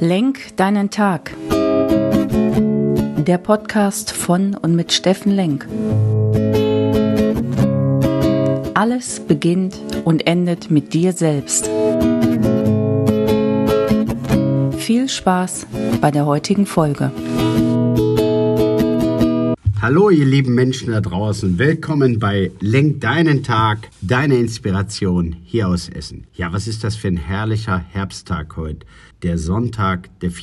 Lenk deinen Tag. Der Podcast von und mit Steffen Lenk. Alles beginnt und endet mit dir selbst. Viel Spaß bei der heutigen Folge. Hallo ihr lieben Menschen da draußen, willkommen bei Lenk deinen Tag, deine Inspiration hier aus Essen. Ja, was ist das für ein herrlicher Herbsttag heute? Der Sonntag, der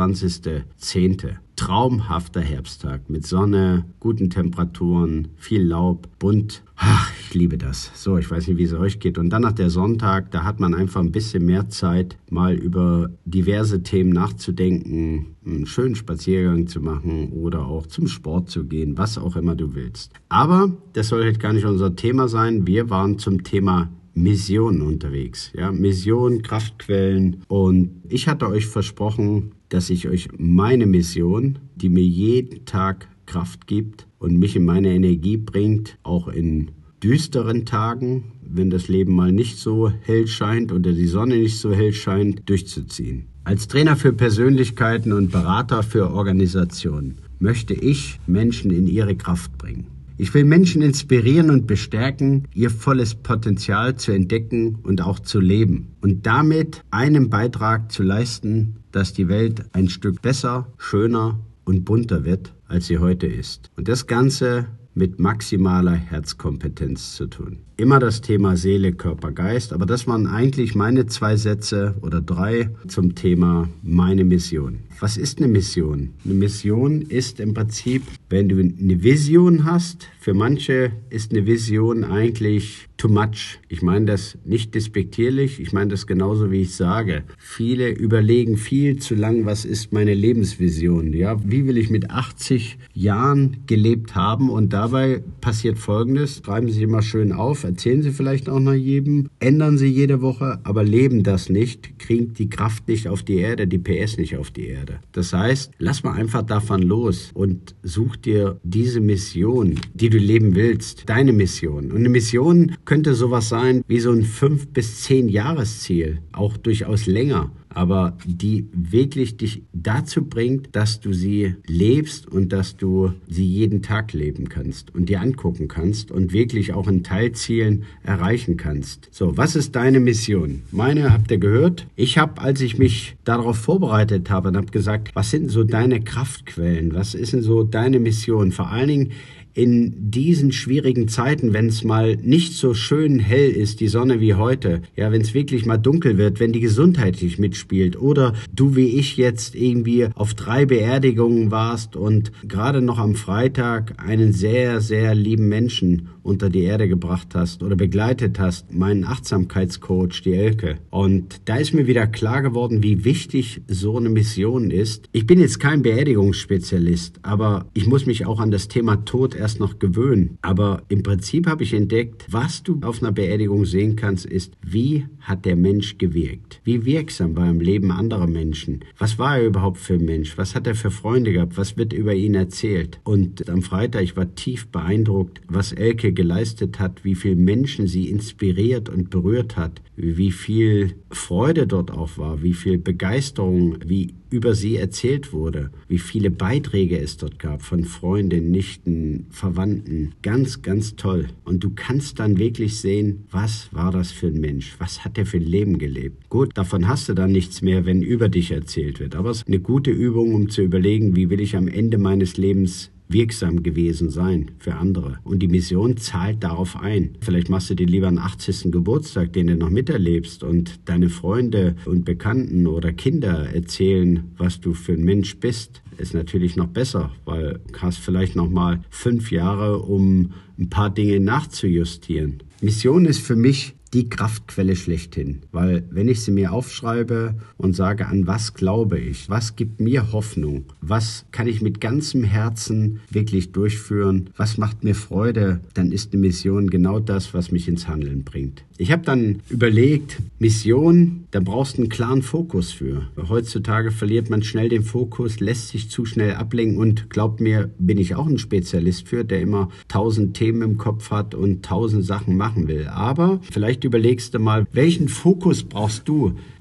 24.10. Traumhafter Herbsttag mit Sonne, guten Temperaturen, viel Laub, bunt. Ach, ich liebe das. So, ich weiß nicht, wie es euch geht. Und dann nach der Sonntag, da hat man einfach ein bisschen mehr Zeit, mal über diverse Themen nachzudenken, einen schönen Spaziergang zu machen oder auch zum Sport zu gehen, was auch immer du willst. Aber das soll heute gar nicht unser Thema sein. Wir waren zum Thema Mission unterwegs, ja, Mission, Kraftquellen, und ich hatte euch versprochen, dass ich euch meine Mission, die mir jeden Tag Kraft gibt und mich in meine Energie bringt, auch in düsteren Tagen, wenn das Leben mal nicht so hell scheint oder die Sonne nicht so hell scheint, durchzuziehen. Als Trainer für Persönlichkeiten und Berater für Organisationen möchte ich Menschen in ihre Kraft bringen. Ich will Menschen inspirieren und bestärken, ihr volles Potenzial zu entdecken und auch zu leben und damit einen Beitrag zu leisten, dass die Welt ein Stück besser, schöner und bunter wird, als sie heute ist. Und das Ganze mit maximaler Herzkompetenz zu tun. Immer das Thema Seele, Körper, Geist, aber das waren eigentlich meine 2 Sätze oder 3 zum Thema meine Mission. Was ist eine Mission? Eine Mission ist im Prinzip, wenn du eine Vision hast, für manche ist eine Vision eigentlich too much. Ich meine das nicht despektierlich, ich meine das genauso, wie ich sage. Viele überlegen viel zu lang, was ist meine Lebensvision? Ja, wie will ich mit 80 Jahren gelebt haben? Und dabei passiert Folgendes: Schreiben Sie immer schön auf, erzählen Sie vielleicht auch noch jedem, ändern Sie jede Woche, aber leben das nicht, kriegen die Kraft nicht auf die Erde, die PS nicht auf die Erde. Das heißt, lass mal einfach davon los und such dir diese Mission, die du leben willst, deine Mission. Und eine Mission könnte sowas sein wie so ein 5 bis 10 Jahresziel, auch durchaus länger, aber die wirklich dich dazu bringt, dass du sie lebst und dass du sie jeden Tag leben kannst und dir angucken kannst und wirklich auch in Teilzielen erreichen kannst. So, was ist deine Mission? Meine habt ihr gehört. Ich habe, als ich mich darauf vorbereitet habe und habe gesagt, was sind so deine Kraftquellen? Was ist denn so deine Mission? Vor allen Dingen in diesen schwierigen Zeiten, wenn es mal nicht so schön hell ist, die Sonne wie heute, ja, wenn es wirklich mal dunkel wird, wenn die Gesundheit nicht mitspielt oder du wie ich jetzt irgendwie auf 3 Beerdigungen warst und gerade noch am Freitag einen sehr, sehr lieben Menschen unter die Erde gebracht hast oder begleitet hast, meinen Achtsamkeitscoach, die Elke. Und da ist mir wieder klar geworden, wie wichtig so eine Mission ist. Ich bin jetzt kein Beerdigungsspezialist, aber ich muss mich auch an das Thema Tod erst noch gewöhnen. Aber im Prinzip habe ich entdeckt, was du auf einer Beerdigung sehen kannst, ist, wie hat der Mensch gewirkt? Wie wirksam war im Leben anderer Menschen? Was war er überhaupt für ein Mensch? Was hat er für Freunde gehabt? Was wird über ihn erzählt? Und am Freitag, ich war tief beeindruckt, was Elke geleistet hat, wie viele Menschen sie inspiriert und berührt hat, wie viel Freude dort auch war, wie viel Begeisterung, wie über sie erzählt wurde, wie viele Beiträge es dort gab von Freunden, Nichten, Verwandten. Ganz, ganz toll. Und du kannst dann wirklich sehen, was war das für ein Mensch? Was hat er für ein Leben gelebt? Gut, davon hast du dann nichts mehr, wenn über dich erzählt wird. Aber es ist eine gute Übung, um zu überlegen, wie will ich am Ende meines Lebens wirksam gewesen sein für andere. Und die Mission zahlt darauf ein. Vielleicht machst du dir lieber einen 80. Geburtstag, den du noch miterlebst und deine Freunde und Bekannten oder Kinder erzählen, was du für ein Mensch bist. Ist natürlich noch besser, weil du hast vielleicht noch mal 5 Jahre, um ein paar Dinge nachzujustieren. Mission ist für mich die Kraftquelle schlechthin, weil wenn ich sie mir aufschreibe und sage, an was glaube ich, was gibt mir Hoffnung, was kann ich mit ganzem Herzen wirklich durchführen, was macht mir Freude, dann ist eine Mission genau das, was mich ins Handeln bringt. Ich habe dann überlegt, Mission, da brauchst du einen klaren Fokus für. Heutzutage verliert man schnell den Fokus, lässt sich zu schnell ablenken und glaubt mir, bin ich auch ein Spezialist für, der immer 1000 Themen im Kopf hat und 1000 Sachen machen will. Aber vielleicht überlegst du mal, welchen Fokus brauchst du,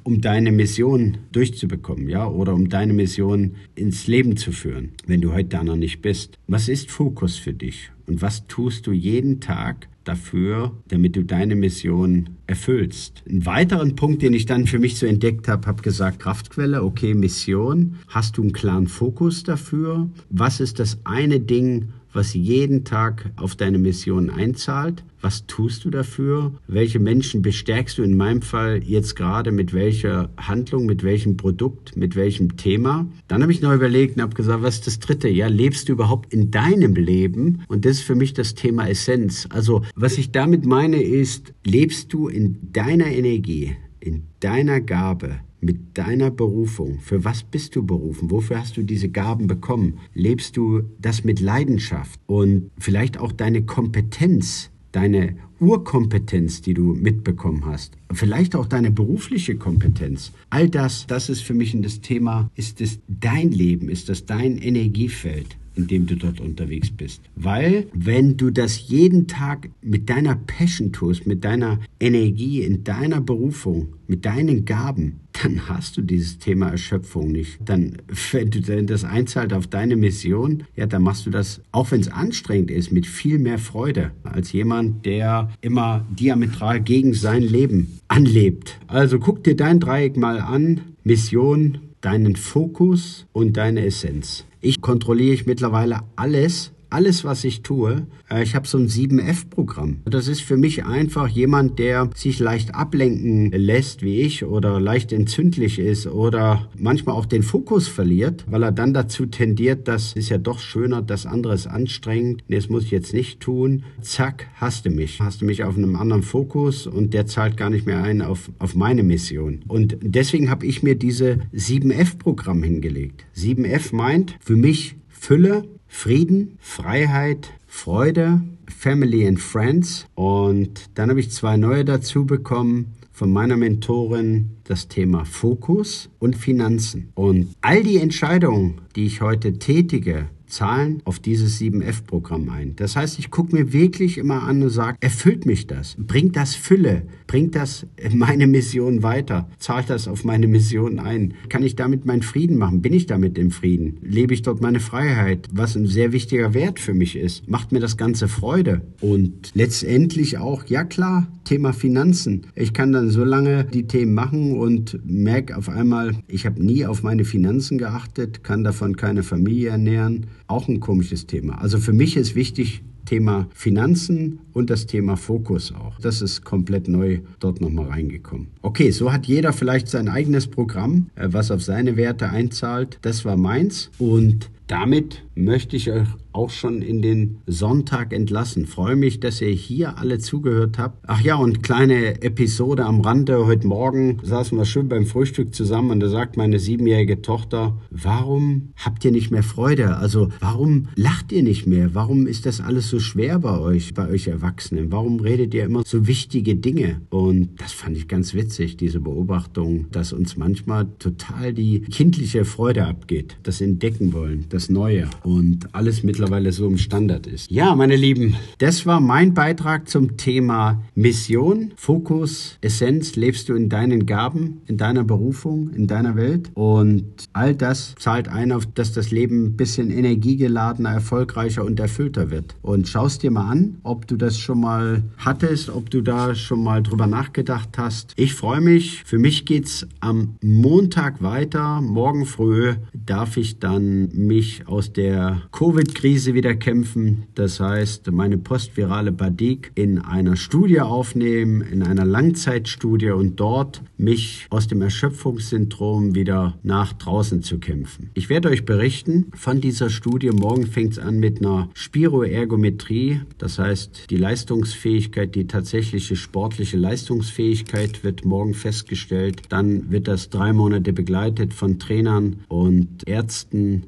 um deine Mission durchzubekommen, ja, oder um deine Mission ins Leben zu führen, wenn du heute da noch nicht bist. Was ist Fokus für dich? Und was tust du jeden Tag dafür, damit du deine Mission erfüllst? Einen weiteren Punkt, den ich dann für mich so entdeckt habe gesagt, Kraftquelle, okay, Mission. Hast du einen klaren Fokus dafür? Was ist das eine Ding, was jeden Tag auf deine Mission einzahlt? Was tust du dafür? Welche Menschen bestärkst du in meinem Fall jetzt gerade mit welcher Handlung, mit welchem Produkt, mit welchem Thema? Dann habe ich noch überlegt und habe gesagt, was ist das Dritte? Ja, lebst du überhaupt in deinem Leben? Und das ist für mich das Thema Essenz. Also was ich damit meine ist, lebst du in deiner Energie, in deiner Gabe, mit deiner Berufung? Für was bist du berufen? Wofür hast du diese Gaben bekommen? Lebst du das mit Leidenschaft? Und vielleicht auch deine Kompetenz, deine Urkompetenz, die du mitbekommen hast, vielleicht auch deine berufliche Kompetenz. All das ist für mich das Thema, ist es dein Leben, ist das dein Energiefeld, in dem du dort unterwegs bist. Weil, wenn du das jeden Tag mit deiner Passion tust, mit deiner Energie, in deiner Berufung, mit deinen Gaben, dann hast du dieses Thema Erschöpfung nicht. Dann, wenn du das einzahlt auf deine Mission, ja, dann machst du das, auch wenn es anstrengend ist, mit viel mehr Freude, als jemand, der immer diametral gegen sein Leben anlebt. Also guck dir dein Dreieck mal an. Mission, deinen Fokus und deine Essenz. Ich kontrolliere mittlerweile alles, was ich tue. Ich habe so ein 7F-Programm. Das ist für mich einfach jemand, der sich leicht ablenken lässt, wie ich, oder leicht entzündlich ist oder manchmal auch den Fokus verliert, weil er dann dazu tendiert, das ist ja doch schöner, das andere ist anstrengend, das muss ich jetzt nicht tun. Zack, hast du mich. Hast du mich auf einem anderen Fokus und der zahlt gar nicht mehr ein auf meine Mission. Und deswegen habe ich mir diese 7F-Programm hingelegt. 7F meint für mich Fülle, Frieden, Freiheit, Freude, Family and Friends. Und dann habe ich 2 neue dazu bekommen von meiner Mentorin, das Thema Fokus und Finanzen. Und all die Entscheidungen, die ich heute tätige, zahlen auf dieses 7F-Programm ein. Das heißt, ich gucke mir wirklich immer an und sage, erfüllt mich das? Bringt das Fülle? Bringt das meine Mission weiter? Zahlt das auf meine Mission ein? Kann ich damit meinen Frieden machen? Bin ich damit im Frieden? Lebe ich dort meine Freiheit? Was ein sehr wichtiger Wert für mich ist. Macht mir das Ganze Freude? Und letztendlich auch, ja klar, Thema Finanzen. Ich kann dann so lange die Themen machen und merke auf einmal, ich habe nie auf meine Finanzen geachtet, kann davon keine Familie ernähren. Auch ein komisches Thema. Also für mich ist wichtig, Thema Finanzen und das Thema Fokus auch. Das ist komplett neu dort nochmal reingekommen. Okay, so hat jeder vielleicht sein eigenes Programm, was auf seine Werte einzahlt. Das war meins und damit möchte ich euch auch schon in den Sonntag entlassen. Freue mich, dass ihr hier alle zugehört habt. Ach ja, und kleine Episode am Rande. Heute Morgen saßen wir schön beim Frühstück zusammen und da sagt meine 7-jährige Tochter, warum habt ihr nicht mehr Freude? Also warum lacht ihr nicht mehr? Warum ist das alles so schwer bei euch Erwachsenen? Warum redet ihr immer so wichtige Dinge? Und das fand ich ganz witzig, diese Beobachtung, dass uns manchmal total die kindliche Freude abgeht, das entdecken wollen, das Neue und alles mittlerweile so im Standard ist. Ja, meine Lieben, das war mein Beitrag zum Thema Mission, Fokus, Essenz. Lebst du in deinen Gaben, in deiner Berufung, in deiner Welt? Und all das zahlt ein auf, dass das Leben ein bisschen energiegeladener, erfolgreicher und erfüllter wird. Und schaust dir mal an, ob du das schon mal hattest, ob du da schon mal drüber nachgedacht hast. Ich freue mich. Für mich geht's am Montag weiter. Morgen früh darf ich dann mich aus der Covid-Krise wieder kämpfen. Das heißt, meine postvirale Badik in einer Studie aufnehmen, in einer Langzeitstudie und dort mich aus dem Erschöpfungssyndrom wieder nach draußen zu kämpfen. Ich werde euch berichten von dieser Studie. Morgen fängt es an mit einer Spiroergometrie. Das heißt, die Leistungsfähigkeit, die tatsächliche sportliche Leistungsfähigkeit wird morgen festgestellt. Dann wird das 3 Monate begleitet von Trainern und Ärzten, um dann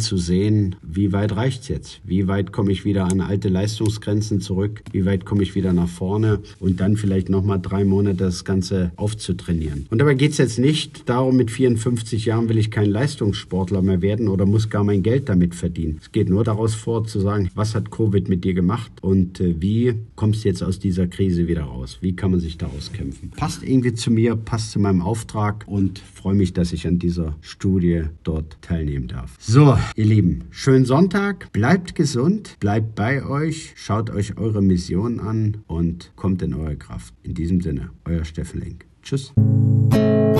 zu sehen, wie weit reicht's jetzt? Wie weit komme ich wieder an alte Leistungsgrenzen zurück? Wie weit komme ich wieder nach vorne? Und dann vielleicht nochmal 3 Monate das Ganze aufzutrainieren. Und dabei geht's jetzt nicht darum, mit 54 Jahren will ich kein Leistungssportler mehr werden oder muss gar mein Geld damit verdienen. Es geht nur daraus vor, zu sagen, was hat Covid mit dir gemacht und wie kommst du jetzt aus dieser Krise wieder raus? Wie kann man sich daraus kämpfen? Passt irgendwie zu mir, passt zu meinem Auftrag und freue mich, dass ich an dieser Studie dort teilnehmen darf. So, ihr Lieben, schönen Sonntag, bleibt gesund, bleibt bei euch, schaut euch eure Mission an und kommt in eure Kraft. In diesem Sinne, euer Steffen Lenk. Tschüss.